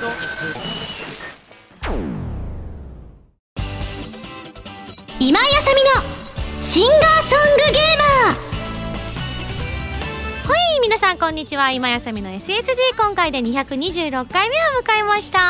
今井あさみのシンガーソングゲーマー。はい、皆さんこんにちは。今井あさみの SSG、 今回で226回目を迎えました。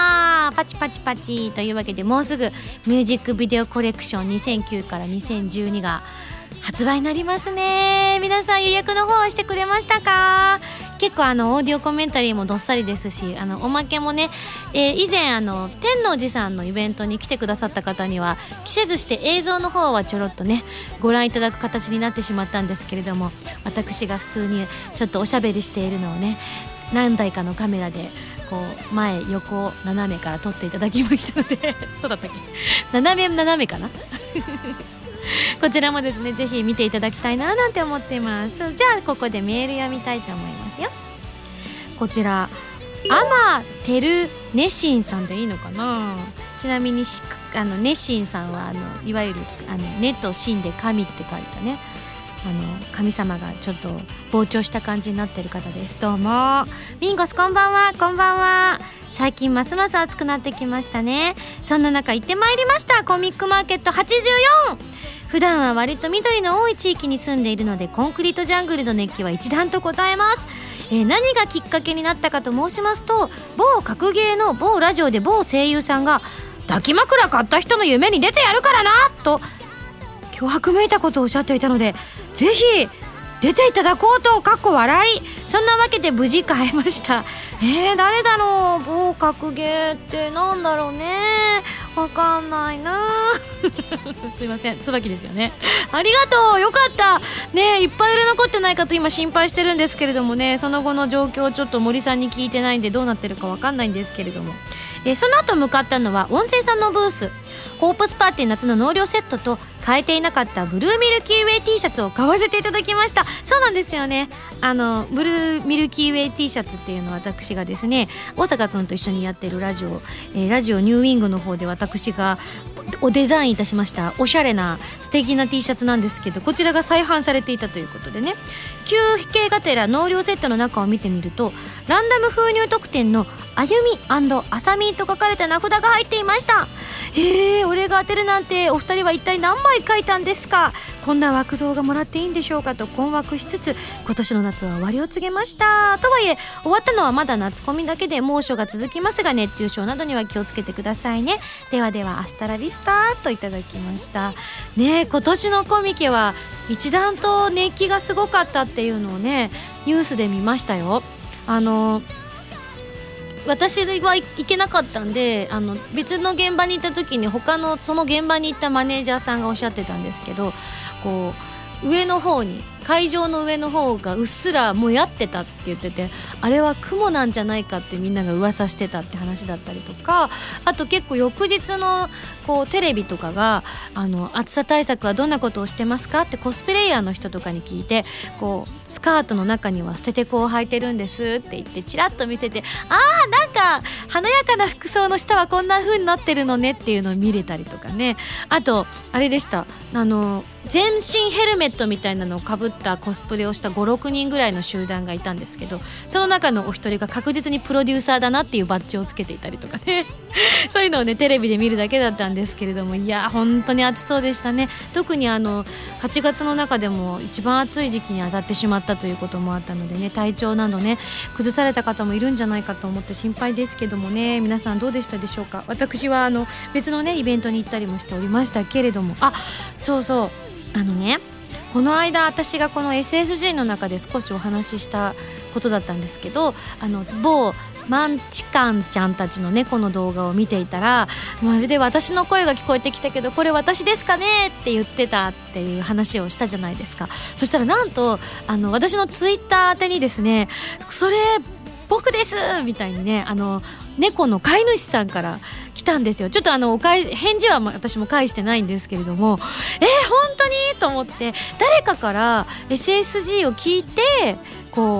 パチパチパチというわけで、もうすぐミュージックビデオコレクション2009から2012が発売になりますね。皆さん予約の方はしてくれましたか？結構オーディオコメンタリーもどっさりですし、おまけもね、以前天王寺さんのイベントに来てくださった方には着せずして映像の方はちょろっとねご覧いただく形になってしまったんですけれども、私が普通にちょっとおしゃべりしているのをね、何台かのカメラでこう前横斜めから撮っていただきましたのでそうだったっけ、斜めかなこちらもですね、ぜひ見ていただきたいななんて思っています。じゃあここでメール読みたいと思いますよ。こちらアマテルネシンさんでいいのかな。ちなみにネシンさんはいわゆるネとシンで神って書いたね、神様がちょっと膨張した感じになってる方です。どうもミンゴス、こんばんは。こんばんは。最近ますます暑くなってきましたね。そんな中行ってまいりました、コミックマーケット84。普段は割と緑の多い地域に住んでいるので、コンクリートジャングルの熱気は一段と応えます。何がきっかけになったかと申しますと、某格ゲーの某ラジオで某声優さんが抱き枕買った人の夢に出てやるからなと脅迫めいたことをおっしゃっていたので、ぜひ出ていただこうと笑い。そんなわけで無事買えました。誰だろう。某格ゲーってなんだろうね、わかんないなすいません、椿ですよね。ありがとう、よかったね。いっぱい売れ残ってないかと今心配してるんですけれどもね、その後の状況ちょっと森さんに聞いてないんでどうなってるかわかんないんですけれども、その後向かったのは音声さんのブース。コープスパーティー夏の納涼セットと買えていなかったブルーミルキーウェイ T シャツを買わせていただきました。そうなんですよね、ブルーミルキーウェイ T シャツっていうのは私がですね、大阪くんと一緒にやってるラジオニューウィングの方で私がおデザインいたしましたおしゃれな素敵な T シャツなんですけど、こちらが再販されていたということでね、休憩がてら納涼セットの中を見てみると、ランダム封入特典のあゆみ&あさみと書かれた名札が入っていました。俺が当てるなんて、お二人は一体何枚書いたんですか。こんな枠像がもらっていいんでしょうかと困惑しつつ、今年の夏は終わりを告げました。とはいえ終わったのはまだ夏コミだけで、猛暑が続きますが熱中症などには気をつけてくださいね。ではではアスタラリスタといただきましたね。今年のコミケは一段と熱気がすごかったっていうのをね、ニュースで見ましたよ。私は行けなかったんで、別の現場に行った時に他のその現場に行ったマネージャーさんがおっしゃってたんですけど、こう上の方に、会場の上の方がうっすらもやってたって言ってて、あれは雲なんじゃないかってみんなが噂してたって話だったりとか、あと結構翌日のこうテレビとかが暑さ対策はどんなことをしてますかってコスプレイヤーの人とかに聞いて、こうスカートの中には捨ててこを履いてるんですって言ってチラッと見せて、なんか華やかな服装の下はこんな風になってるのねっていうのを見れたりとかね。あとあれでした、全身ヘルメットみたいなのをかぶったコスプレをした 5,6 人ぐらいの集団がいたんですけど、その中のお一人が確実にプロデューサーだなっていうバッジをつけていたりとかねそういうのをねテレビで見るだけだったんですけれども、いや本当に暑そうでしたね。特に8月の中でも一番暑い時期に当たってしまったということもあったのでね、体調などね崩された方もいるんじゃないかと思って心配ですけどもね、皆さんどうでしたでしょうか。私は別のねイベントに行ったりもしておりましたけれども、そうそう、この間私がこの SSG の中で少しお話ししたことだったんですけど、某マンチカンちゃんたちの猫の動画を見ていたら、まるで私の声が聞こえてきたけどこれ私ですかねって言ってたっていう話をしたじゃないですか。そしたらなんと私のツイッター宛てにですね、それ僕ですみたいにね、猫の飼い主さんから来たんですよ。ちょっと返事は私も返してないんですけれども、本当にと思って、誰かから SSG を聞いてこう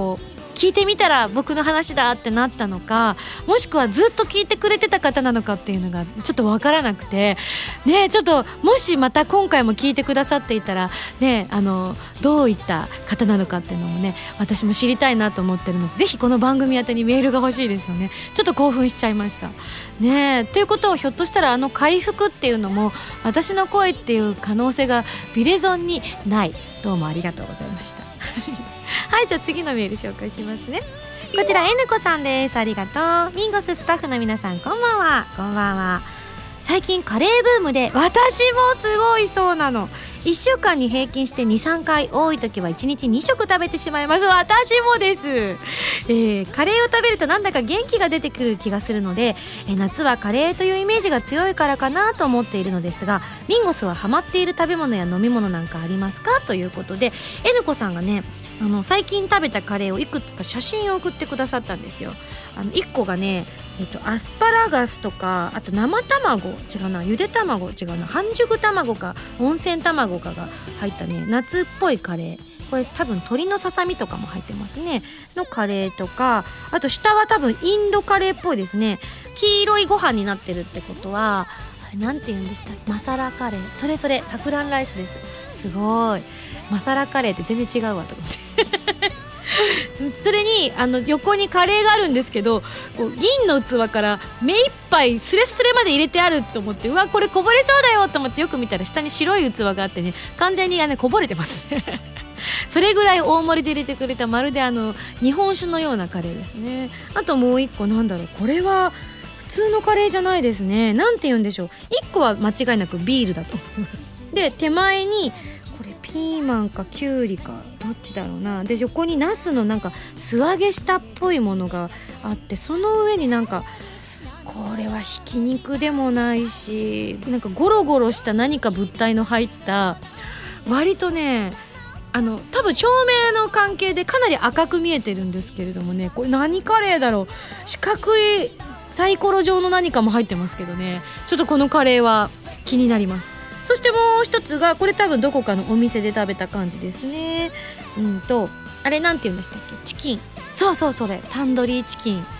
聞いてみたら僕の話だってなったのか、もしくはずっと聞いてくれてた方なのかっていうのがちょっとわからなくてね、ちょっともしまた今回も聞いてくださっていたらね、どういった方なのかっていうのもね、私も知りたいなと思ってるので、ぜひこの番組宛てにメールが欲しいですよね。ちょっと興奮しちゃいましたね。ということはひょっとしたら回復っていうのも私の声っていう可能性がビレゾンにない。どうもありがとうございましたはい、じゃあ次のメール紹介しますね。こちら N 子さんです。ありがとう。ミンゴススタッフの皆さん、こんばんは。こんばんは。最近カレーブームで、私もすごいそうなの。1週間に平均して 2,3 回、多い時は1日2食食べてしまいます。私もです、カレーを食べるとなんだか元気が出てくる気がするので、夏はカレーというイメージが強いからかなと思っているのですが、ミンゴスはハマっている食べ物や飲み物なんかありますかということで、N 子さんがね、最近食べたカレーをいくつか写真を送ってくださったんですよ。1個がね、アスパラガスとか、あと生卵、違うな、ゆで卵、違うな、半熟卵か温泉卵かが入ったね、夏っぽいカレー。これ多分鶏のささみとかも入ってますねのカレーとか、あと下は多分インドカレーっぽいですね。黄色いご飯になってるってことはあれなんて言うんでしたっけ、マサラカレー。それサフランライスです。すごい、マサラカレーって全然違うわと思ってそれに横にカレーがあるんですけど、こう銀の器から目いっぱいスレスレまで入れてあると思って、うわこれこぼれそうだよと思ってよく見たら下に白い器があってね、完全にこぼれてますそれぐらい大盛りで入れてくれた、まるで日本酒のようなカレーですね。あともう一個なんだろう、これは普通のカレーじゃないですね。なんて言うんでしょう、一個は間違いなくビールだと思います。で手前にこれピーマンかキュウリかどっちだろうな。で横にナスのなんか素揚げしたっぽいものがあって、その上になんかこれはひき肉でもないし、なんかゴロゴロした何か物体の入った、割とね多分照明の関係でかなり赤く見えてるんですけれどもね、これ何カレーだろう。四角いサイコロ状の何かも入ってますけどね、ちょっとこのカレーは気になります。そしてもう一つがこれ多分どこかのお店で食べた感じですね。あれなんて言うんでしたっけ、チキン。そうそう、それタンドリーチキン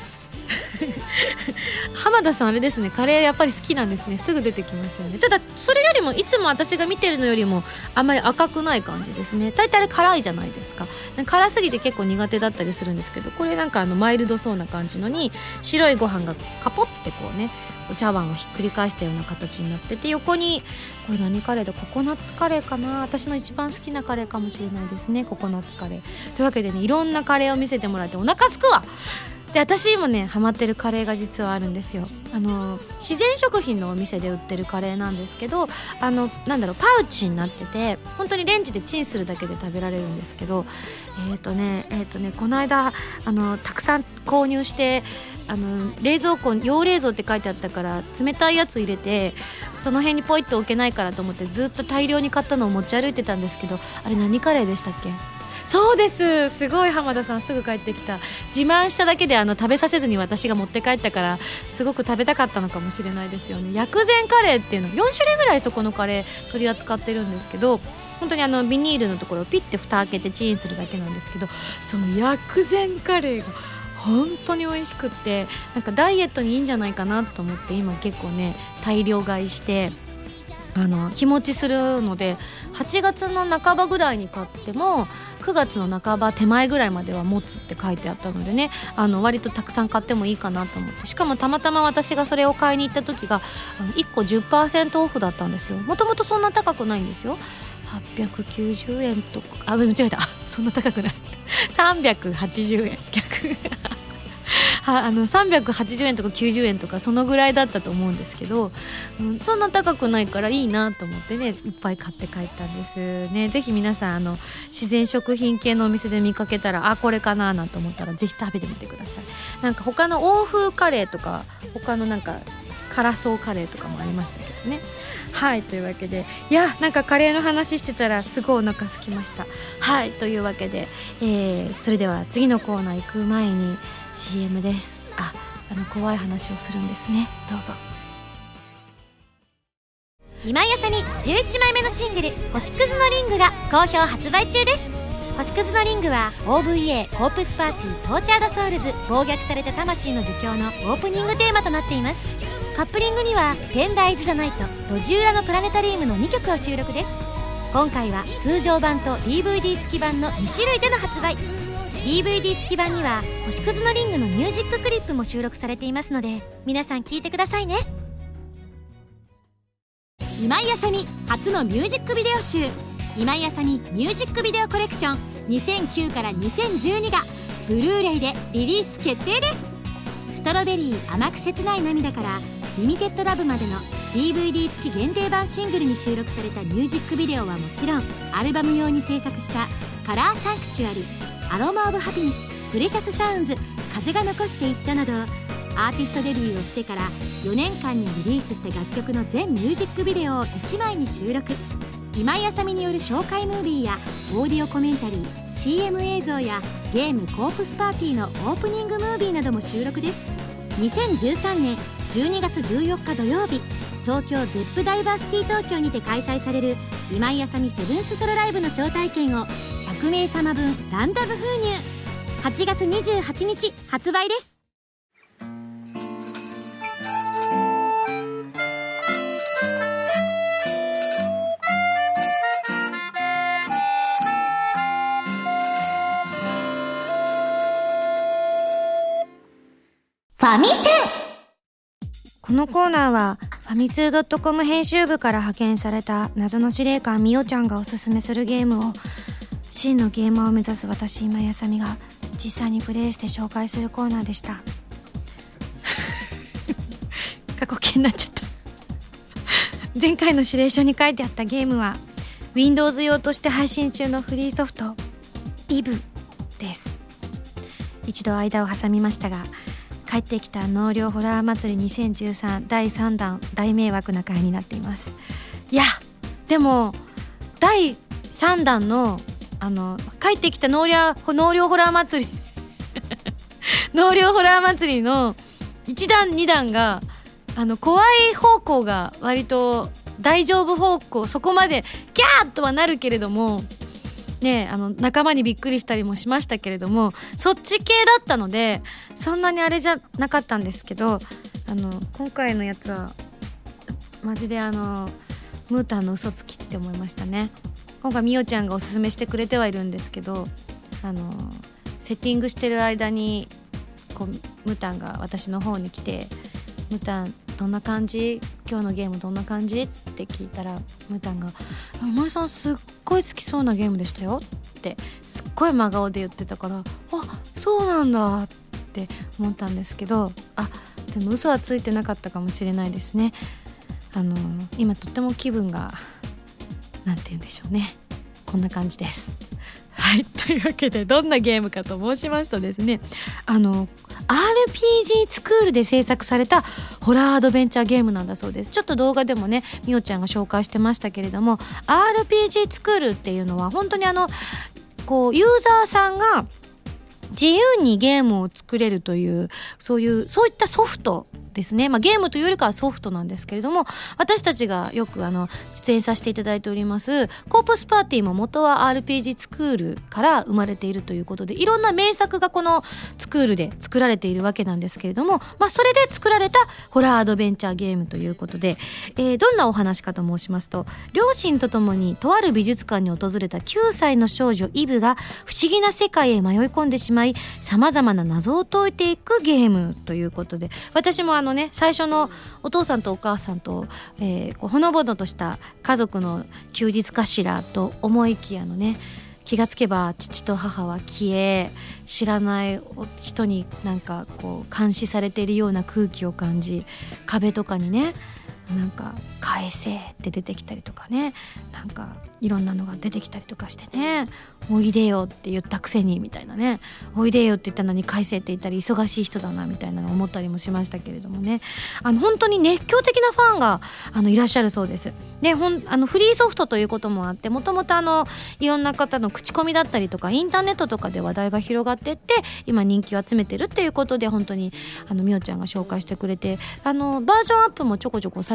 浜田さんあれですね、カレーやっぱり好きなんですね。すぐ出てきますよね。ただそれよりもいつも私が見てるのよりもあんまり赤くない感じですね。大体あれ辛いじゃないですか。辛すぎて結構苦手だったりするんですけど、これなんかマイルドそうな感じのに白いご飯がカポってこうね、お茶碗をひっくり返したような形になってて、横にこれ何カレーだ、ココナッツカレーかな。私の一番好きなカレーかもしれないですね、ココナッツカレー。というわけでね、いろんなカレーを見せてもらってお腹すくわ。で私もねハマってるカレーが実はあるんですよ。自然食品のお店で売ってるカレーなんですけど、なんだろう、パウチになってて本当にレンジでチンするだけで食べられるんですけど、この間たくさん購入して冷蔵庫、要冷蔵って書いてあったから冷たいやつ入れて、その辺にポイッと置けないからと思ってずっと大量に買ったのを持ち歩いてたんですけど、あれ何カレーでしたっけ。そうです、すごい浜田さんすぐ帰ってきた。自慢しただけで食べさせずに私が持って帰ったからすごく食べたかったのかもしれないですよね。薬膳カレーっていうの4種類ぐらいそこのカレー取り扱ってるんですけど、本当にビニールのところをピッて蓋開けてチンするだけなんですけど、その薬膳カレーが本当に美味しくって、なんかダイエットにいいんじゃないかなと思って今結構ね大量買いして日持ちするので、8月の半ばぐらいに買っても9月の半ば手前ぐらいまでは持つって書いてあったのでね、割とたくさん買ってもいいかなと思って、しかもたまたま私がそれを買いに行った時が1個 10% オフだったんですよ。もともとそんな高くないんですよ。890円とか、間違えたそんな高くない380円逆380円とか90円とかそのぐらいだったと思うんですけど、そんな高くないからいいなと思ってね、いっぱい買って帰ったんですね。ぜひ皆さん自然食品系のお店で見かけたらこれかななんて思ったらぜひ食べてみてください。なんか他の欧風カレーとか他のなんか辛そうカレーとかもありましたけどね。はい、というわけで、いやなんかカレーの話してたらすごいお腹空きました。はい、というわけで、それでは次のコーナー行く前に CM です。怖い話をするんですね。どうぞ。今井あさみ11枚目のシングル星屑のリングが好評発売中です。 星屑のリングは OVA コープスパーティートーチャードソウルズ暴虐された魂の儒教のオープニングテーマとなっています。カップリングにはテンダーイズザナイト、路地裏のプラネタリウムの2曲を収録です。今回は通常版と DVD 付き版の2種類での発売。 DVD 付き版には星屑のリングのミュージッククリップも収録されていますので、皆さん聴いてくださいね。今井あさみ初のミュージックビデオ集、今井あさみミュージックビデオコレクション2009から2012がブルーレイでリリース決定です。ストロベリー甘く切ない涙からリミテッドラブまでの DVD 付き限定版シングルに収録されたミュージックビデオはもちろん、アルバム用に制作したカラーサンクチュアリ、アロマオブハピネス、プレシャスサウンズ、風が残していったなど、アーティストデビューをしてから4年間にリリースした楽曲の全ミュージックビデオを1枚に収録。今井あさみによる紹介ムービーやオーディオコメンタリー、 CM 映像やゲームコープスパーティーのオープニングムービーなども収録です。2013年12月14日土曜日、東京ゼップダイバーシティ東京にて開催される今井あさみセブンスソロライブの招待券を100名様分ランダム封入。8月28日発売です。ファミセン。このコーナーはファミツー .com 編集部から派遣された謎の司令官みおちゃんがおすすめするゲームを真のゲーマーを目指す私今井あさみが実際にプレイして紹介するコーナーでした。過去形になっちゃった。前回の指令書に書いてあったゲームは Windows 用として配信中のフリーソフト EVE です。一度間を挟みましたが、帰ってきた納涼ホラー祭り2013第3弾大迷惑な回になっています。いやでも第3弾の帰ってきた納涼ホラー祭り納涼ホラー祭りの1弾2弾が怖い方向が割と大丈夫方向、そこまでキャーとはなるけれどもね、仲間にびっくりしたりもしましたけれども、そっち系だったのでそんなにあれじゃなかったんですけど、今回のやつはマジでムータンの嘘つきって思いましたね。今回みおちゃんがおすすめしてくれてはいるんですけど、セッティングしてる間にこうムータンが私の方に来て、ムータンどんな感じ、今日のゲームどんな感じって聞いたら、ムータンが今井さんすっごい好きそうなゲームでしたよってすっごい真顔で言ってたから、あ、そうなんだって思ったんですけど、でも嘘はついてなかったかもしれないですね。今とっても気分がなんて言うんでしょうね、こんな感じです。はい、というわけでどんなゲームかと申しますとですね、RPG スクールで制作されたホラーアドベンチャーゲームなんだそうです。ちょっと動画でもねみおちゃんが紹介してましたけれども、 RPG スクールっていうのは本当にこうユーザーさんが自由にゲームを作れるというそういったソフトですね。ゲームというよりかはソフトなんですけれども、私たちがよく出演させていただいておりますコープスパーティーも元は RPG スクールから生まれているということで、いろんな名作がこのスクールで作られているわけなんですけれども、それで作られたホラーアドベンチャーゲームということで、どんなお話かと申しますと、両親と共にとある美術館に訪れた9歳の少女イブが不思議な世界へ迷い込んでしまい、さまざまな謎を解いていくゲームということで、私も最初のお父さんとお母さんと、ほのぼのとした家族の休日かしらと思いきや気がつけば父と母は消え、知らない人になんかこう監視されているような空気を感じ、壁とかにねなんか返せって出てきたりとかね、なんかいろんなのが出てきたりとかしてね、おいでよって言ったくせにみたいなね、おいでよって言ったのに返せって言ったり忙しい人だなみたいなのを思ったりもしましたけれどもね、本当に熱狂的なファンがいらっしゃるそうです。でフリーソフトということもあって、もともといろんな方の口コミだったりとかインターネットとかで話題が広がっていって、今人気を集めてるっていうことで、本当にみおちゃんが紹介してくれてバージョンアップもちょこちょこされ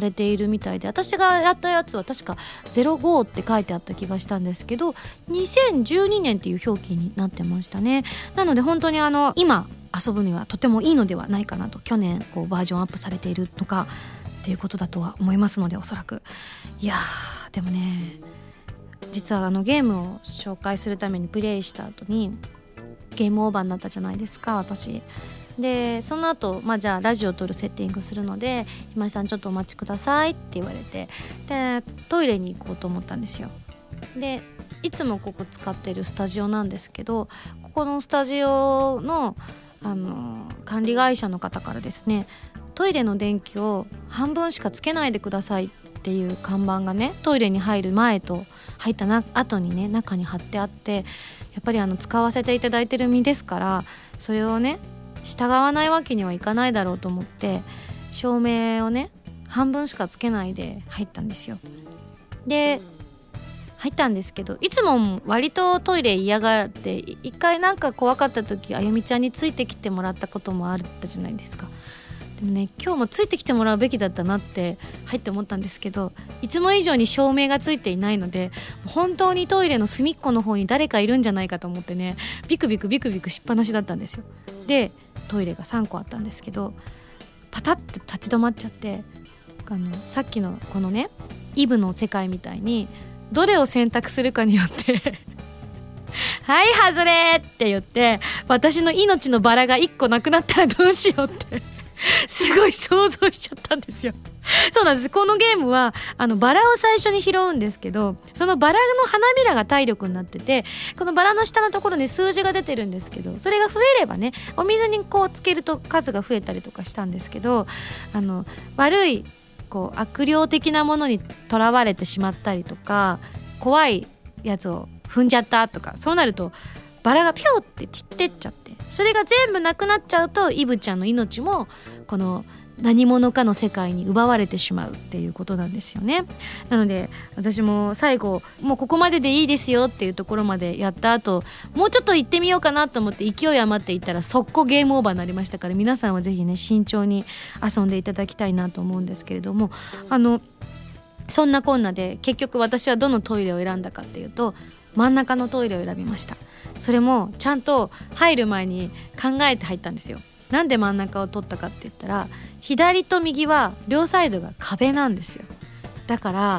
れているみたいで、私がやったやつは確か05って書いてあった気がしたんですけど、2012年っていう表記になってましたね。なので本当に今遊ぶにはとてもいいのではないかなと、去年こうバージョンアップされているとかっていうことだとは思いますので、おそらく。いやーでもね、実はゲームを紹介するためにプレイした後にゲームオーバーになったじゃないですか、私で。その後、じゃあラジオを撮るセッティングするので、今井さんちょっとお待ちくださいって言われて、でトイレに行こうと思ったんですよ。でいつもここ使ってるスタジオなんですけど、ここのスタジオの管理会社の方からですね、トイレの電気を半分しかつけないでくださいっていう看板がね、トイレに入る前と入った後にね、中に貼ってあって、やっぱり使わせていただいてる身ですから、それをね従わないわけにはいかないだろうと思って、照明をね半分しかつけないで入ったんですよ。で入ったんですけど、いつも割とトイレ嫌がって、一回なんか怖かった時あゆみちゃんについてきてもらったこともあったじゃないですか。でもね、今日もついてきてもらうべきだったなって入って思ったんですけど、いつも以上に照明がついていないので、本当にトイレの隅っこの方に誰かいるんじゃないかと思ってね、ビクビクビクビクしっぱなしだったんですよ。でトイレが3個あったんですけど、パタッて立ち止まっちゃって、さっきのこのねイブの世界みたいにどれを選択するかによってはい外れって言って、私の命のバラが1個なくなったらどうしようってすごい想像しちゃったんですよ。そうなんです。このゲームはバラを最初に拾うんですけど、そのバラの花びらが体力になってて、このバラの下のところに数字が出てるんですけど、それが増えればね、お水にこうつけると数が増えたりとかしたんですけど、悪いこう悪霊的なものにとらわれてしまったりとか、怖いやつを踏んじゃったとか、そうなるとバラがピューって散ってっちゃって、それが全部なくなっちゃうとイブちゃんの命もこの何者かの世界に奪われてしまうっていうことなんですよね。なので私も最後もうここまででいいですよっていうところまでやった後、もうちょっと行ってみようかなと思って勢い余っていったら速攻ゲームオーバーになりましたから、皆さんはぜひね慎重に遊んでいただきたいなと思うんですけれども、そんなこんなで結局私はどのトイレを選んだかっていうと、真ん中のトイレを選びました。それもちゃんと入る前に考えて入ったんですよ。なんで真ん中を取ったかって言ったら、左と右は両サイドが壁なんですよ。だから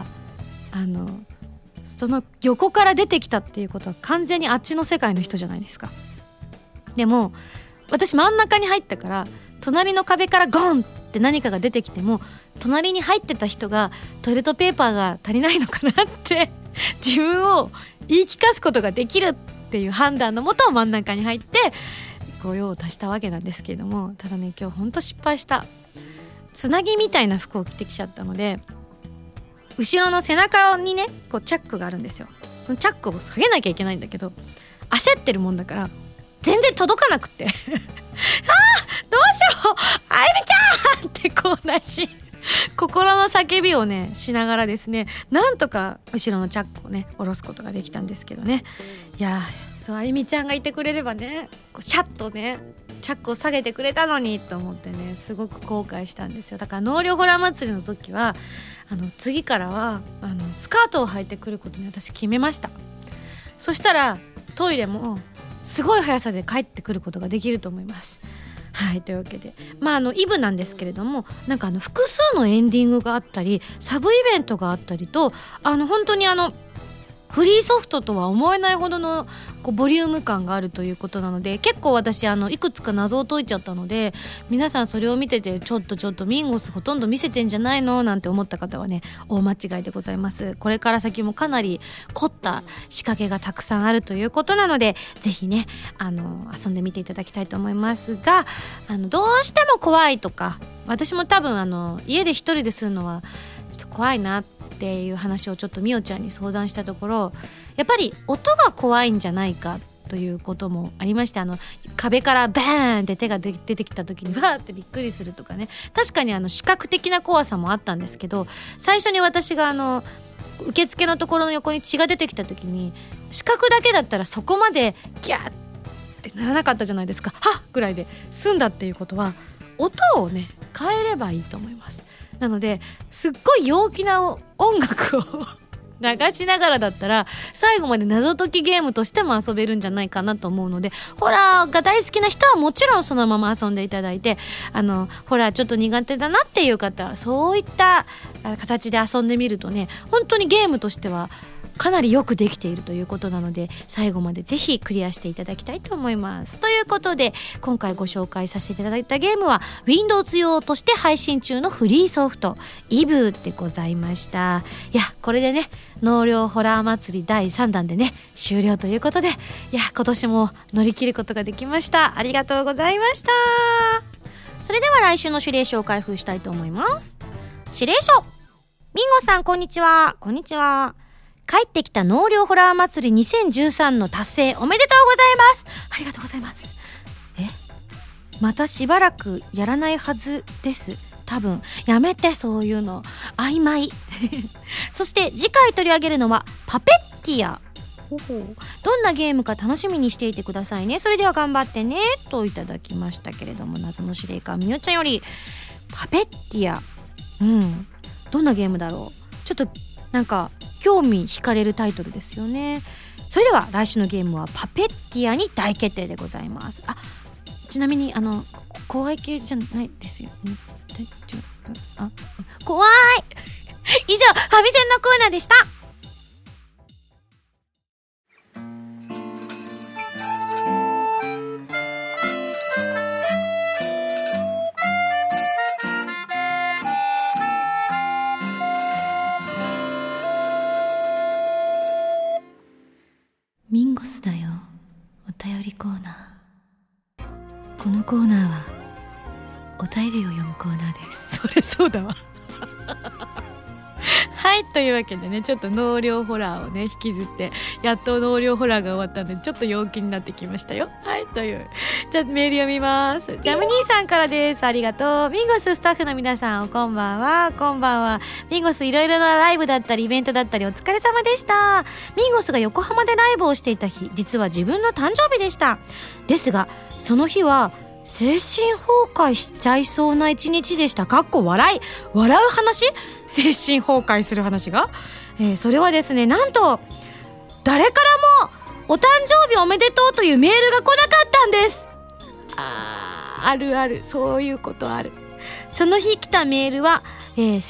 その横から出てきたっていうことは完全にあっちの世界の人じゃないですか。でも私真ん中に入ったから、隣の壁からゴンって何かが出てきても、隣に入ってた人がトイレットペーパーが足りないのかなって自分を言い聞かすことができるっていう判断のもと真ん中に入ってこう用を足したわけなんですけれども、ただね今日ほんと失敗した。つなぎみたいな服を着てきちゃったので、後ろの背中にねこうチャックがあるんですよ。そのチャックを下げなきゃいけないんだけど、焦ってるもんだから全然届かなくってあーどうしようあゆみちゃんってこうなし心の叫びをねしながらですね、なんとか後ろのチャックをね下ろすことができたんですけどね。いやそうあゆみちゃんがいてくれればね、こうシャッとねチャックを下げてくれたのにと思ってね、すごく後悔したんですよ。だから納涼ホラー祭りの時は次からはスカートを履いてくることに私決めました。そしたらトイレもすごい速さで帰ってくることができると思います。はい、というわけでイブなんですけれども、なんか複数のエンディングがあったりサブイベントがあったりと、本当にフリーソフトとは思えないほどのこうボリューム感があるということなので、結構私いくつか謎を解いちゃったので、皆さんそれを見ててちょっとミンゴスほとんど見せてんじゃないのなんて思った方はね、大間違いでございます。これから先もかなり凝った仕掛けがたくさんあるということなので、ぜひね遊んでみていただきたいと思いますが、どうしても怖いとか、私も多分家で一人でするのはちょっと怖いなっていう話をちょっとみおちゃんに相談したところ、やっぱり音が怖いんじゃないかということもありまして、壁からバーンって手が出てきた時にわーってびっくりするとかね、確かに視覚的な怖さもあったんですけど、最初に私が受付のところの横に血が出てきた時に、視覚だけだったらそこまでギャーってならなかったじゃないですか。はっぐらいで済んだっていうことは、音をね変えればいいと思います。 なのですっごい陽気な音楽を流しながらだったら最後まで謎解きゲームとしても遊べるんじゃないかなと思うので、ホラーが大好きな人はもちろんそのまま遊んでいただいて、ホラーちょっと苦手だなっていう方はそういった形で遊んでみるとね、本当にゲームとしてはかなりよくできているということなので、最後までぜひクリアしていただきたいと思います。ということで今回ご紹介させていただいたゲームは Windows 用として配信中のフリーソフトイブでございました。いや、これでね、納涼ホラー祭り第3弾でね終了ということで、いや、今年も乗り切ることができました。ありがとうございました。それでは来週の指令書を開封したいと思います。指令書、ミンゴさんこんにちは。こんにちは。帰ってきた納涼ホラー祭り2013の達成おめでとうございます。ありがとうございます。またしばらくやらないはずです。多分やめて、そういうの曖昧そして次回取り上げるのはパペッティア。どんなゲームか楽しみにしていてくださいね。それでは頑張ってねといただきましたけれども、謎の司令官みおちゃんよりパペッティア、どんなゲームだろう。ちょっとなんか興味惹かれるタイトルですよね。それでは来週のゲームはパペッティアに大決定でございます。ちなみに怖い系じゃないですよね。怖い以上、ファミセンのコーナーでした。ミンゴスだよ、お便りコーナー。このコーナーはお便りを読むコーナーです。それそうだわはい、というわけでね、ちょっと納涼ホラーをね引きずって、やっと納涼ホラーが終わったんでちょっと陽気になってきましたよ。はい、という、じゃあメール読みます。ジャム兄さんからです。ありがとう。ミンゴススタッフの皆さん、こんばんは。こんばんは。ミンゴスいろいろなライブだったりイベントだったりお疲れ様でした。ミンゴスが横浜でライブをしていた日、実は自分の誕生日でした。ですがその日は精神崩壊しちゃいそうな一日でした。かっこ笑う話、精神崩壊する話が、それはですね、なんと誰からもお誕生日おめでとうというメールが来なかったんです。あるある、そういうことある。その日来たメールは、宣伝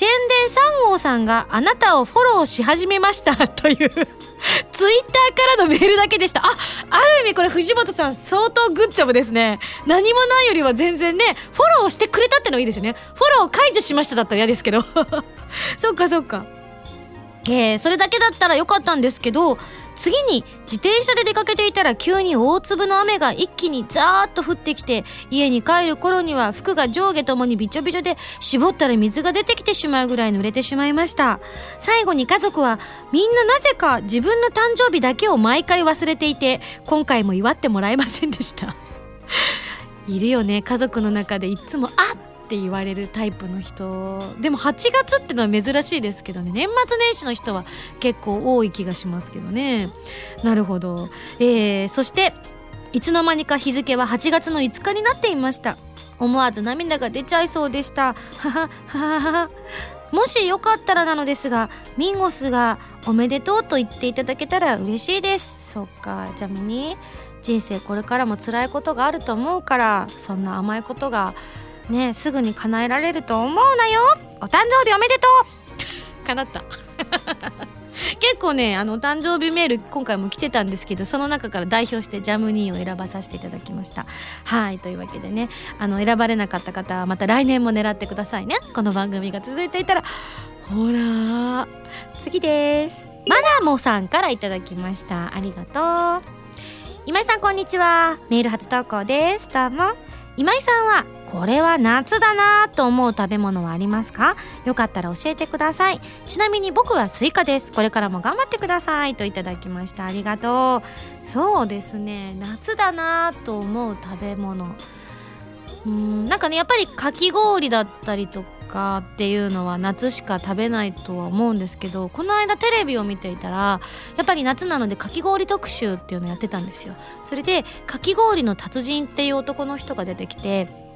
3号さんがあなたをフォローし始めましたというツイッターからのメールだけでした。ある意味これ藤本さん相当グッジョブですね。何もないよりは全然ね、フォローしてくれたってのがいいですよね。フォロー解除しましただったら嫌ですけどそっかそっか、それだけだったらよかったんですけど、次に自転車で出かけていたら急に大粒の雨が一気にザーッと降ってきて、家に帰る頃には服が上下ともにびちょびちょで、絞ったら水が出てきてしまうぐらい濡れてしまいました。最後に家族はみんななぜか自分の誕生日だけを毎回忘れていて、今回も祝ってもらえませんでしたいるよね、家族の中でいつもって言われるタイプの人。でも8月ってのは珍しいですけどね、年末年始の人は結構多い気がしますけどね。なるほど。そしていつの間にか日付は8月の5日になっていました。思わず涙が出ちゃいそうでした。はははは。もしよかったらなのですが、ミンゴスがおめでとうと言っていただけたら嬉しいです。そっか、ジャムに人生これからも辛いことがあると思うから、そんな甘いことがね、すぐに叶えられると思うなよ。お誕生日おめでとう叶った結構ね、お誕生日メール今回も来てたんですけど、その中から代表してジャムニーを選ばさせていただきました。はい、というわけでね、選ばれなかった方はまた来年も狙ってくださいね。この番組が続いていたら。ほら、次です。マナモさんからいただきました。ありがとう。今井さんこんにちは。メール初投稿です。どうも。今井さんはこれは夏だなと思う食べ物はありますか？よかったら教えてください。ちなみに僕はスイカです。これからも頑張ってくださいといただきました。ありがとう。そうですね、夏だなと思う食べ物、なんかね、やっぱりかき氷だったりとかっていうのは夏しか食べないとは思うんですけど、この間テレビを見ていたらやっぱり夏なのでかき氷特集っていうのをやってたんですよ。それでかき氷の達人っていう男の人が出てきて、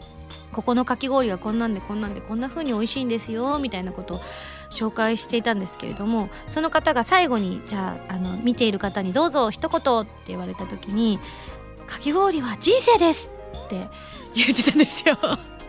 ここのかき氷はこんなんでこんなんでこんな風に美味しいんですよみたいなことを紹介していたんですけれども、その方が最後にじゃあ、見ている方にどうぞ一言って言われた時に、かき氷は人生ですって言ってたんですよ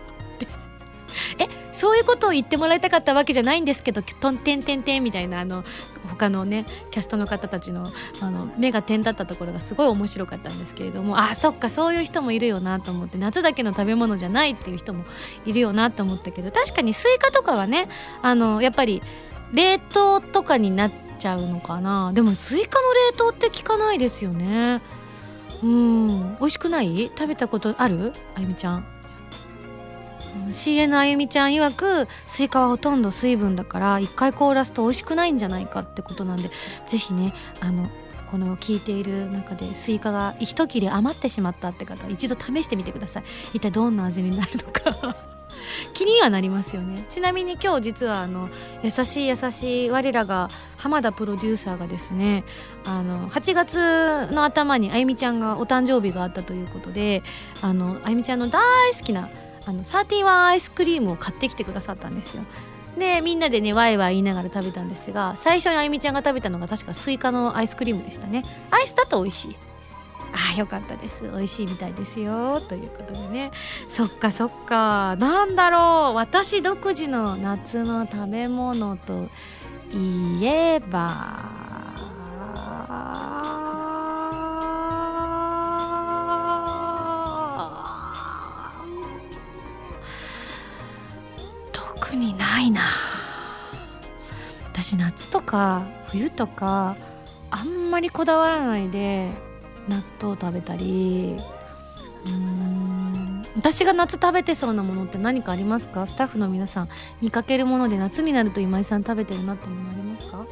そういうことを言ってもらいたかったわけじゃないんですけど、トンテンテンテンみたいな他のねキャストの方たちの目が点だったところがすごい面白かったんですけれども、そっかそういう人もいるよなと思って、夏だけの食べ物じゃないっていう人もいるよなと思ったけど、確かにスイカとかはねやっぱり冷凍とかになっちゃうのかな。でもスイカの冷凍って聞かないですよね。美味しくない？食べたことある？あゆみちゃん。CN あゆみちゃん曰くスイカはほとんど水分だから一回凍らすと美味しくないんじゃないかってことなんで、ぜひねこの聞いている中でスイカが一切れ余ってしまったって方は一度試してみてください。一体どんな味になるのか気にはなりますよね。ちなみに今日実は優しい我らが浜田プロデューサーがですね8月の頭にあゆみちゃんがお誕生日があったということであゆみちゃんの大好きな31アイスクリームを買ってきてくださったんですよ。でみんなでねワイワイ言いながら食べたんですが、最初にあゆみちゃんが食べたのが確かスイカのアイスクリームでしたね。アイスだと美味しい。よかったです。美味しいみたいですよということでね。そっかなんだろう、私独自の夏の食べ物といえば特にないな。私夏とか冬とかあんまりこだわらないで納豆食べたり、私が夏食べてそうなものって何かありますか？スタッフの皆さん見かけるもので夏になると今井さん食べてるなってものありますか？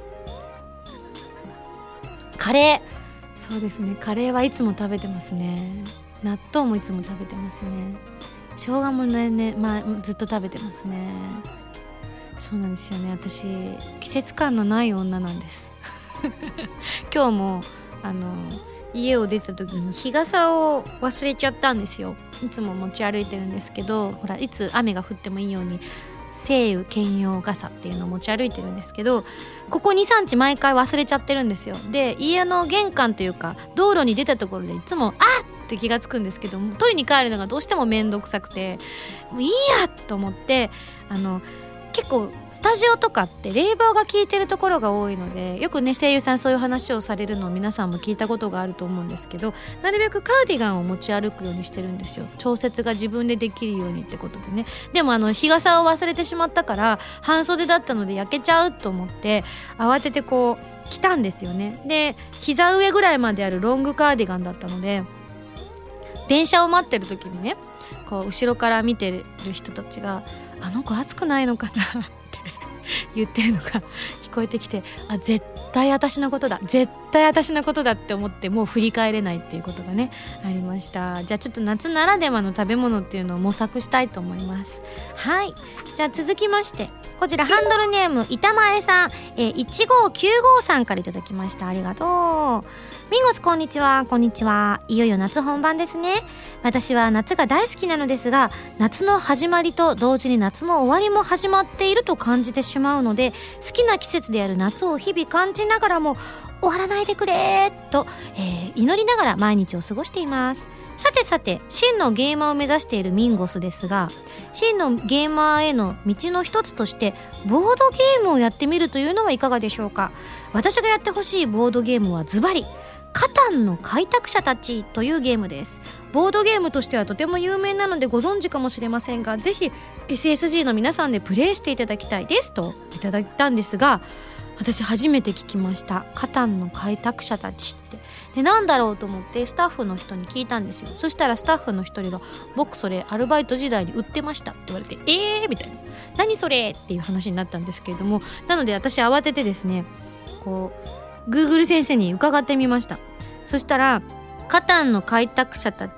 カレー。そうですね、カレーはいつも食べてますね。納豆もいつも食べてますね。生姜もね、ずっと食べてますね。そうなんですよね、私季節感のない女なんです今日も家を出た時に日傘を忘れちゃったんですよ。いつも持ち歩いてるんですけど、ほらいつ雨が降ってもいいように晴雨兼用傘っていうのを持ち歩いてるんですけど、ここ 2,3 日毎回忘れちゃってるんですよ。で家の玄関というか道路に出たところでいつもって気がつくんですけど、取りに帰るのがどうしても面倒くさくてもういいやと思って、結構スタジオとかって冷房が効いてるところが多いので、よくね声優さんそういう話をされるのを皆さんも聞いたことがあると思うんですけど、なるべくカーディガンを持ち歩くようにしてるんですよ。調節が自分でできるようにってことでね。でも日傘を忘れてしまったから半袖だったので焼けちゃうと思って慌ててこう着たんですよね。で膝上ぐらいまであるロングカーディガンだったので、電車を待ってる時にねこう後ろから見てる人たちがあの子暑くないのかなって言ってるのが聞こえてきて、絶対私のことだって思って、もう振り返れないっていうことがねありました。じゃあちょっと夏ならではの食べ物っていうのを模索したいと思います。はい、じゃあ続きましてこちらハンドルネーム板前さん、1595さんからいただきました。ありがとう。ミンゴスこんにちは。こんにちは。いよいよ夏本番ですね。私は夏が大好きなのですが、夏の始まりと同時に夏の終わりも始まっていると感じてしまうので、好きな季節である夏を日々感じながらも終わらないでくれと、祈りながら毎日を過ごしています。さて真のゲーマーを目指しているミンゴスですが、真のゲーマーへの道の一つとしてボードゲームをやってみるというのはいかがでしょうか。私がやってほしいボードゲームはズバリカタンの開拓者たちというゲームです。ボードゲームとしてはとても有名なのでご存知かもしれませんが、ぜひ SSG の皆さんでプレイしていただきたいですといただいたんですが、私初めて聞きました。カタンの開拓者たちってでなんだろうと思ってスタッフの人に聞いたんですよ。そしたらスタッフの一人が、僕それアルバイト時代に売ってましたって言われて、みたいな、何それっていう話になったんですけれども、なので私慌ててですねこう Google 先生に伺ってみました。そしたらカタンの開拓者たちっ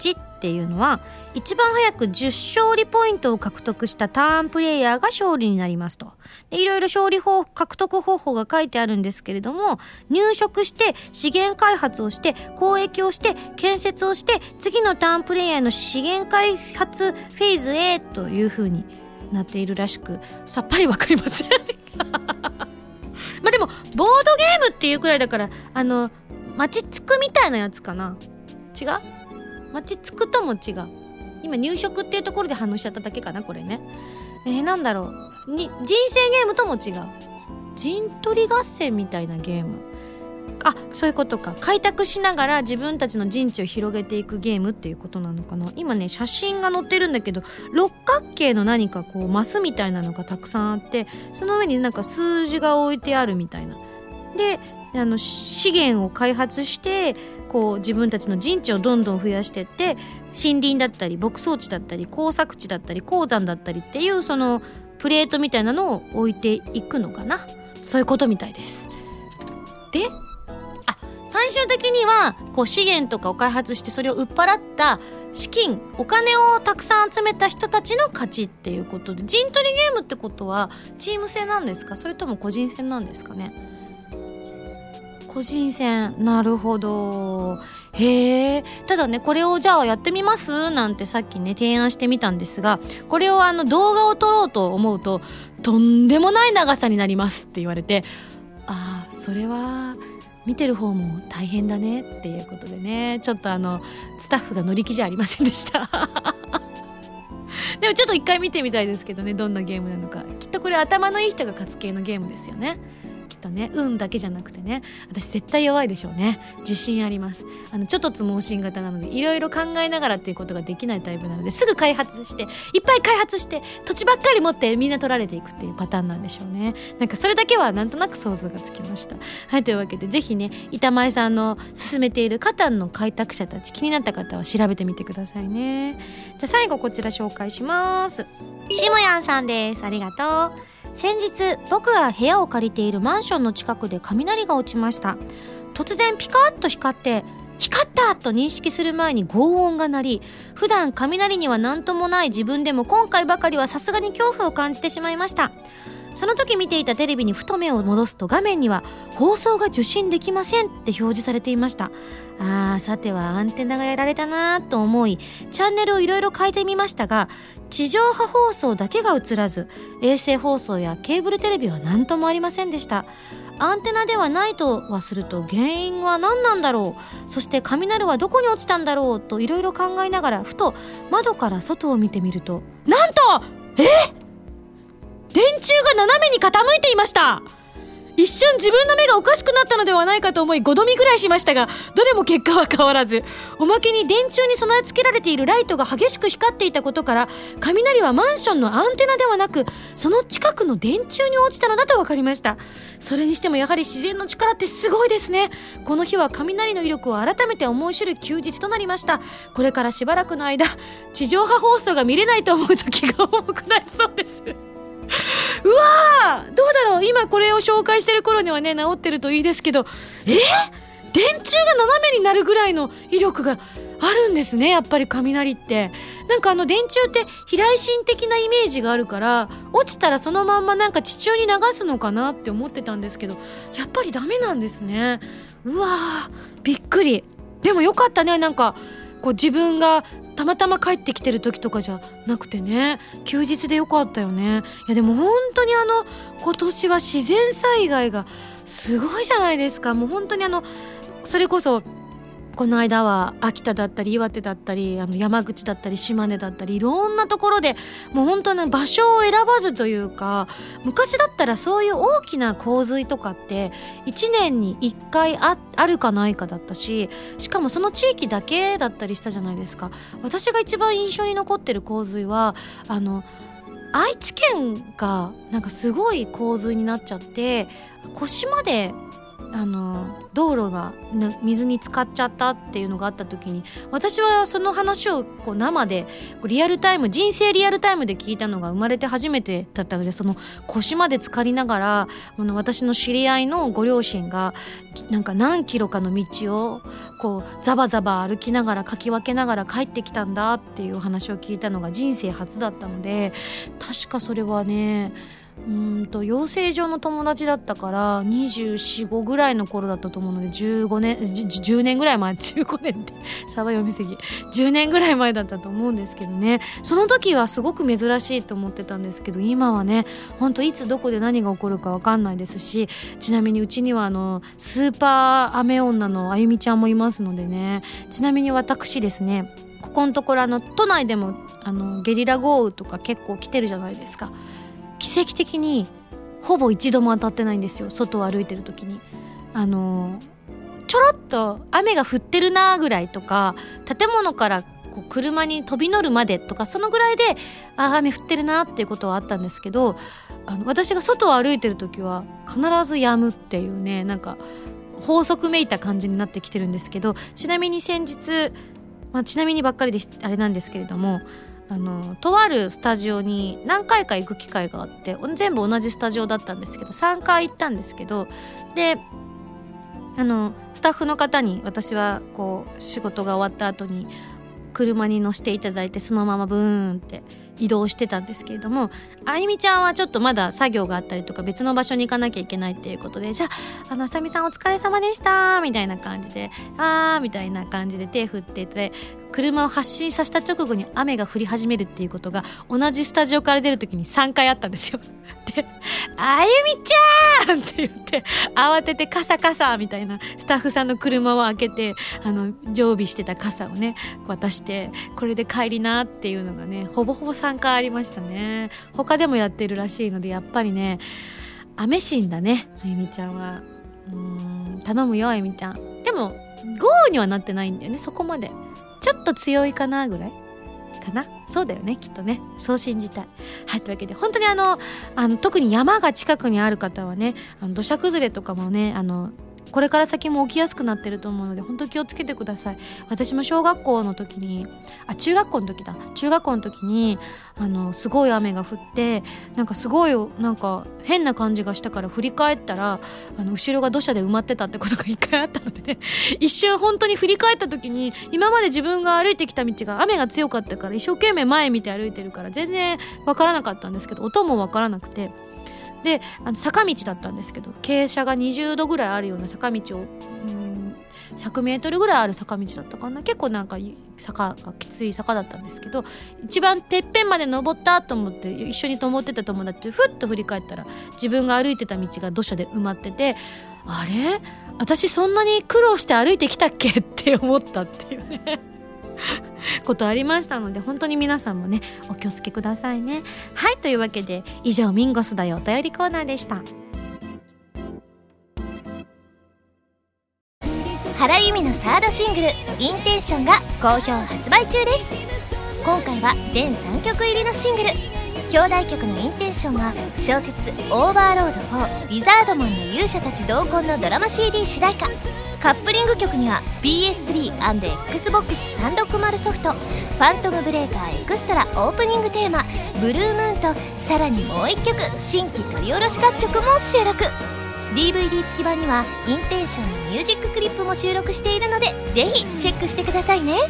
っていうのは一番早く10勝利ポイントを獲得したターンプレイヤーが勝利になりますと。でいろいろ勝利獲得方法が書いてあるんですけれども、入植して資源開発をして交易をして建設をして次のターンプレイヤーの資源開発フェーズへという風になっているらしく、さっぱりわかりませんまあでもボードゲームっていうくらいだから町つくみたいなやつかな。違う？町つくとも違う。今入植っていうところで反応しちゃっただけかなこれね。なんだろう人生ゲームとも違う。陣取り合戦みたいなゲーム。あ、そういうことか。開拓しながら自分たちの陣地を広げていくゲームっていうことなのかな。今ね写真が載ってるんだけど、六角形の何かこうマスみたいなのがたくさんあって、その上になんか数字が置いてあるみたいな。で資源を開発してこう自分たちの陣地をどんどん増やしてって、森林だったり牧草地だったり耕作地だったり鉱山だったりっていうそのプレートみたいなのを置いていくのかな。そういうことみたいです。で最終的にはこう資源とかを開発してそれを売っ払った資金お金をたくさん集めた人たちの勝ちっていうことで、陣取りゲームってことはチーム戦なんですか、それとも個人戦なんですかね。個人戦。なるほど。へえ。ただねこれをじゃあやってみますなんてさっきね提案してみたんですが、これを動画を撮ろうと思うととんでもない長さになりますって言われて、それは見てる方も大変だねっていうことでね、ちょっとスタッフが乗り気じゃありませんでしたでもちょっと一回見てみたいですけどね、どんなゲームなのか。きっとこれ頭のいい人が勝つ系のゲームですよねきっとね。運だけじゃなくてね、私絶対弱いでしょうね。自信あります。ちょっとつ盲信型なのでいろいろ考えながらっていうことができないタイプなので、すぐ開発していっぱい開発して土地ばっかり持ってみんな取られていくっていうパターンなんでしょうね。なんかそれだけはなんとなく想像がつきました。はい、というわけでぜひね板前さんの進めているカタンの開拓者たち、気になった方は調べてみてくださいね。じゃあ最後こちら紹介します。しもやんさんです。ありがとう。先日僕が部屋を借りているマンションの近くで雷が落ちました。突然ピカッと光って光ったと認識する前に轟音が鳴り、普段雷には何ともない自分でも今回ばかりはさすがに恐怖を感じてしまいました。その時見ていたテレビにふと目を戻すと、画面には放送が受信できませんって表示されていました。さてはアンテナがやられたなと思い、チャンネルをいろいろ変えてみましたが、地上波放送だけが映らず、衛星放送やケーブルテレビは何ともありませんでした。アンテナではないとはすると原因は何なんだろう、そして雷はどこに落ちたんだろうといろいろ考えながら、ふと窓から外を見てみると、なんと電柱が斜めに傾いていました。一瞬自分の目がおかしくなったのではないかと思い5度見ぐらいしましたが、どれも結果は変わらず、おまけに電柱に備え付けられているライトが激しく光っていたことから、雷はマンションのアンテナではなくその近くの電柱に落ちたのだと分かりました。それにしてもやはり自然の力ってすごいですね。この日は雷の威力を改めて思い知る休日となりました。これからしばらくの間地上波放送が見れないと思うと気が重くなりそうですうわー、どうだろう。今これを紹介してる頃にはね治ってるといいですけど、電柱が斜めになるぐらいの威力があるんですね。やっぱり雷ってなんか電柱って飛来心的なイメージがあるから、落ちたらそのまんまなんか地中に流すのかなって思ってたんですけど、やっぱりダメなんですね。うわー、びっくり。でもよかったね。なんかこう自分がたまたま帰ってきてる時とかじゃなくてね、休日でよかったよね。いやでも本当に今年は自然災害がすごいじゃないですか。もう本当にそれこそこの間は秋田だったり岩手だったり山口だったり島根だったり、いろんなところでもう本当に場所を選ばずというか、昔だったらそういう大きな洪水とかって1年に1回 あるかないかだったし、しかもその地域だけだったりしたじゃないですか。私が一番印象に残ってる洪水は愛知県がなんかすごい洪水になっちゃって、腰まで道路が水に浸かっちゃったっていうのがあった時に、私はその話をこう生でリアルタイム、人生リアルタイムで聞いたのが生まれて初めてだったので、その腰まで浸かりながら私の知り合いのご両親がなんか何キロかの道をこうザバザバ歩きながらかき分けながら帰ってきたんだっていう話を聞いたのが人生初だったので、確かそれはね養成所の友達だったから24、5ぐらいの頃だったと思うので、15年10年ぐらい前、15年ってサバ読みすぎ、10年ぐらい前だったと思うんですけどね。その時はすごく珍しいと思ってたんですけど、今はね本当いつどこで何が起こるか分かんないですし、ちなみにうちにはスーパー雨女のあゆみちゃんもいますのでね。ちなみに私ですね、ここのところ都内でもゲリラ豪雨とか結構来てるじゃないですか。奇跡的にほぼ一度も当たってないんですよ、外を歩いてる時に。ちょろっと雨が降ってるなぐらいとか、建物からこう車に飛び乗るまでとか、そのぐらいで雨降ってるなっていうことはあったんですけど、私が外を歩いてる時は必ず止むっていうね、なんか法則めいた感じになってきてるんですけど、ちなみに先日、ちなみにばっかりであれなんですけれども、とあるスタジオに何回か行く機会があって、全部同じスタジオだったんですけど3回行ったんですけど、でスタッフの方に私はこう仕事が終わった後に車に乗せていただいて、そのままブーンって移動してたんですけれども、あゆみちゃんはちょっとまだ作業があったりとか別の場所に行かなきゃいけないっていうことで、じゃああさみさんお疲れ様でしたみたいな感じでみたいな感じで手振ってて、車を発進させた直後に雨が降り始めるっていうことが同じスタジオから出る時に3回あったんですよ。で、あゆみちゃんって言って慌ててカサカサみたいな、スタッフさんの車を開けて常備してた傘をね渡して、これで帰りなっていうのがねほぼほぼ3回ありましたね。他でもやってるらしいので、やっぱりね雨神だね、あゆみちゃんは。頼むよあゆみちゃん。でも豪雨にはなってないんだよね、そこまで。ちょっと強いかなぐらいかな。そうだよね、きっとね、そう信じたい。はい、というわけで本当に特に山が近くにある方はね、土砂崩れとかもねこれから先も起きやすくなってると思うので、本当気をつけてください。私も小学校の時に中学校の時にすごい雨が降って、なんかすごいなんか変な感じがしたから振り返ったら後ろが土砂で埋まってたってことが一回あったのでね、一瞬本当に振り返った時に、今まで自分が歩いてきた道が雨が強かったから一生懸命前見て歩いてるから全然わからなかったんですけど、音もわからなくて、で坂道だったんですけど、傾斜が20度ぐらいあるような坂道を100メートルぐらいある坂道だったかな。結構なんか坂がきつい坂だったんですけど、一番てっぺんまで登ったと思って一緒に登ってた友達ふっと振り返ったら、自分が歩いてた道が土砂で埋まってて、あれ私そんなに苦労して歩いてきたっけって思ったっていうねことありましたので、本当に皆さんもねお気をつけくださいね。はい、というわけで以上ミンゴスだよお便りコーナーでした。 原由美のサードシングル「インテンション」が好評発売中です。今回は全3曲入りのシングル。表題曲の「インテンション」は小説「オーバーロード4ウィザードモンの勇者たち同梱」のドラマ CD 主題歌。カップリング曲には PS3&Xbox360 ソフト「ファントムブレイカーエクストラ」オープニングテーマ「ブルームーン」と、さらにもう1曲新規取り下ろし楽曲も収録。 DVD 付き版にはインテンションのミュージッククリップも収録しているので、ぜひチェックしてくださいね。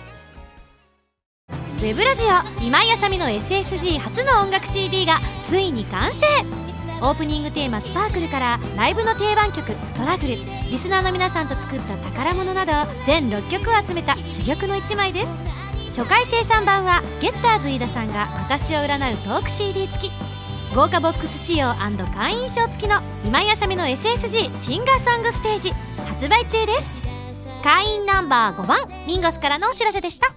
ウェブラジオ今井あさみの SSG 初の音楽 CD がついに完成。オープニングテーマ「スパークル」からライブの定番曲「ストラグル」、リスナーの皆さんと作った宝物など全6曲を集めた珠玉の1枚です。初回生産版はゲッターズ飯田さんが私を占うトーク CD 付き、豪華ボックス仕様&会員証付きの今井あさみの SSG シンガーソングステージ発売中です。会員ナンバー5番ミンゴスからのお知らせでした。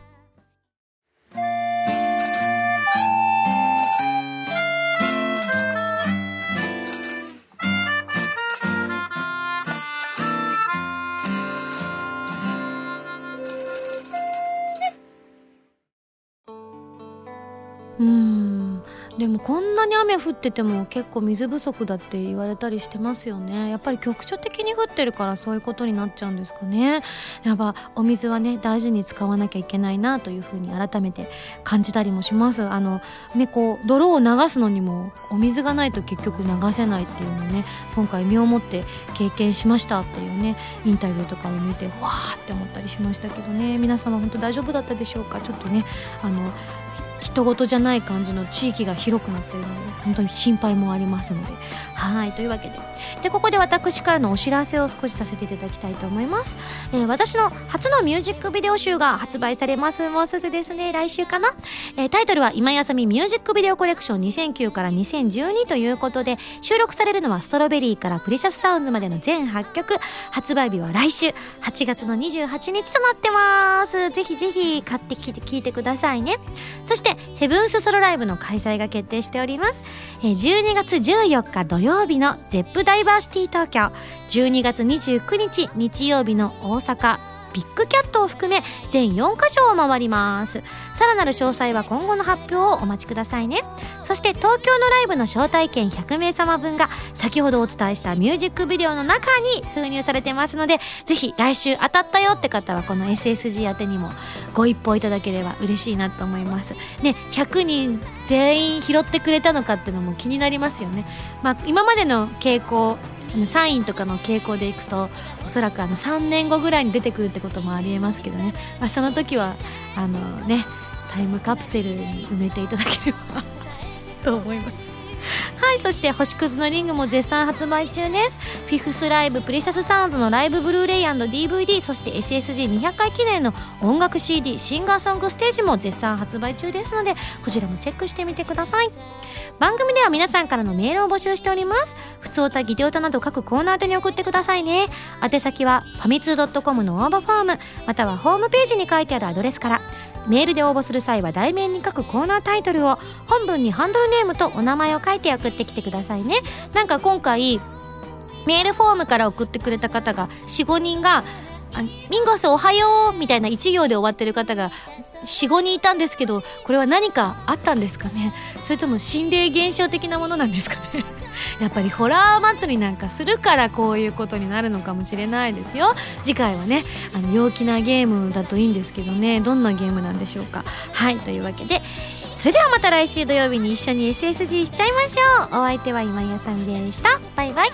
でもこんなに雨降ってても結構水不足だって言われたりしてますよね。やっぱり局所的に降ってるからそういうことになっちゃうんですかね。やっぱお水はね大事に使わなきゃいけないなというふうに改めて感じたりもします。こう泥を流すのにもお水がないと結局流せないっていうのをね今回身をもって経験しましたっていうねインタビューとかを見てわーって思ったりしましたけどね。皆様本当大丈夫だったでしょうか。ちょっとね人事じゃない感じの地域が広くなっているので本当に心配もありますので、はいというわけでじゃあここで私からのお知らせを少しさせていただきたいと思います。私の初のミュージックビデオ集が発売されます。もうすぐですね、来週かな。タイトルは今井あさみミュージックビデオコレクション2009から2012ということで、収録されるのはストロベリーからプレシャスサウンズまでの全8曲、発売日は来週8月の28日となってます。ぜひぜひ買ってきて聴いてくださいね。そしてセブンスソロライブの開催が決定しております。12月14日土曜日のゼップダイバーシティ東京、12月29日日曜日の大阪ビッグキャットを含め全4カ所を回ります。さらなる詳細は今後の発表をお待ちくださいね。そして東京のライブの招待券100名様分が先ほどお伝えしたミュージックビデオの中に封入されてますので、ぜひ来週当たったよって方はこの SSG 宛てにもご一報いただければ嬉しいなと思いますね。100人全員拾ってくれたのかっていうのも気になりますよね。今までの傾向サインとかの傾向でいくとおそらく3年後ぐらいに出てくるってこともありえますけどね、その時はタイムカプセルに埋めていただければと思います。はい、そして星屑のリングも絶賛発売中です。フィフスライブプレシャスサウンズのライブブルーレイ&DVD、 そして SSG200 回記念の音楽 CD シンガーソングステージも絶賛発売中ですので、こちらもチェックしてみてください。番組では皆さんからのメールを募集しております。ふつおたギテオタなど各コーナー宛てに送ってくださいね。宛先はファミツー .com の応募フォーム、またはホームページに書いてあるアドレスから。メールで応募する際は題名に書くコーナータイトルを、本文にハンドルネームとお名前を書いて送ってきてくださいね。なんか今回メールフォームから送ってくれた方が 4,5 人がミンゴスおはようみたいな1行で終わってる方が 4,5 人いたんですけど、これは何かあったんですかね。それとも心霊現象的なものなんですかねやっぱりホラー祭りなんかするからこういうことになるのかもしれないですよ。次回はね陽気なゲームだといいんですけどね、どんなゲームなんでしょうか。はいというわけで、それではまた来週土曜日に一緒に SSG しちゃいましょう。お相手は今井あさみでした。バイバイ。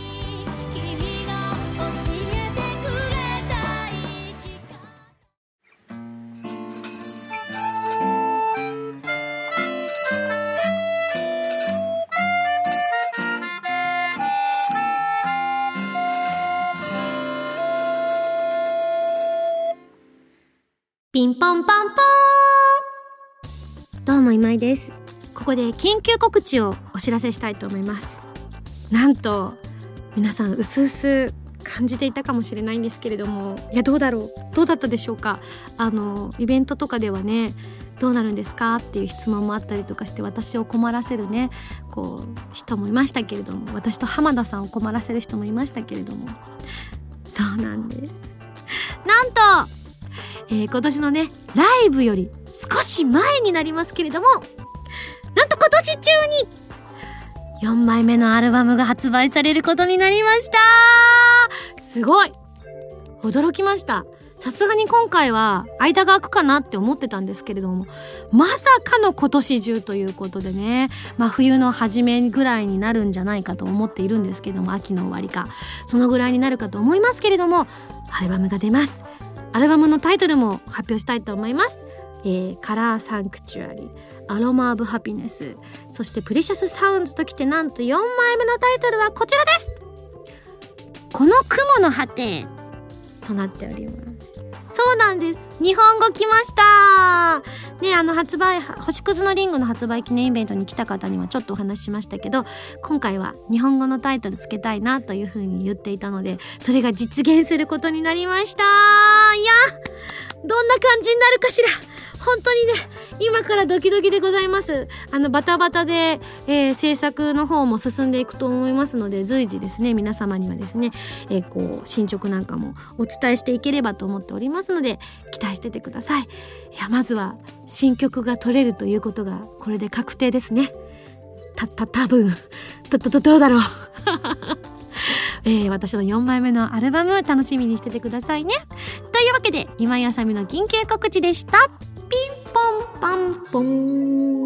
ピンポンパンポーン。どうも今井です。ここで緊急告知をお知らせしたいと思います。なんと皆さんうすうす感じていたかもしれないんですけれども、いやどうだったでしょうか。イベントとかではねどうなるんですかっていう質問もあったりとかして、私を困らせるね人もいましたけれども、私と浜田さんを困らせる人もいましたけれども、そうなんです。なんと今年のねライブより少し前になりますけれども、なんと今年中に4枚目のアルバムが発売されることになりました。すごい驚きました。さすがに今回は間が空くかなって思ってたんですけれども、まさかの今年中ということでね、冬の初めぐらいになるんじゃないかと思っているんですけども、秋の終わりかそのぐらいになるかと思いますけれども、アルバムが出ます。アルバムのタイトルも発表したいと思います。カラーサンクチュアリ、アロマオブハピネス、そしてプレシャスサウンズときて、なんと4枚目のタイトルはこちらです。この雲の果てとなっております。そうなんです。日本語来ましたね。発売星屑のリングの発売記念イベントに来た方にはちょっとお話ししましたけど、今回は日本語のタイトルつけたいなというふうに言っていたので、それが実現することになりました。いやどんな感じになるかしら。本当にね今からドキドキでございます。バタバタで、制作の方も進んでいくと思いますので、随時ですね皆様にはですね、進捗なんかもお伝えしていければと思っておりますので、期待しててください。いやまずは新曲が取れるということがこれで確定ですね。 多分どうだろう私の4枚目のアルバム楽しみにしててくださいね。というわけで今井あさみの緊急告知でした。ピンポンパンポン。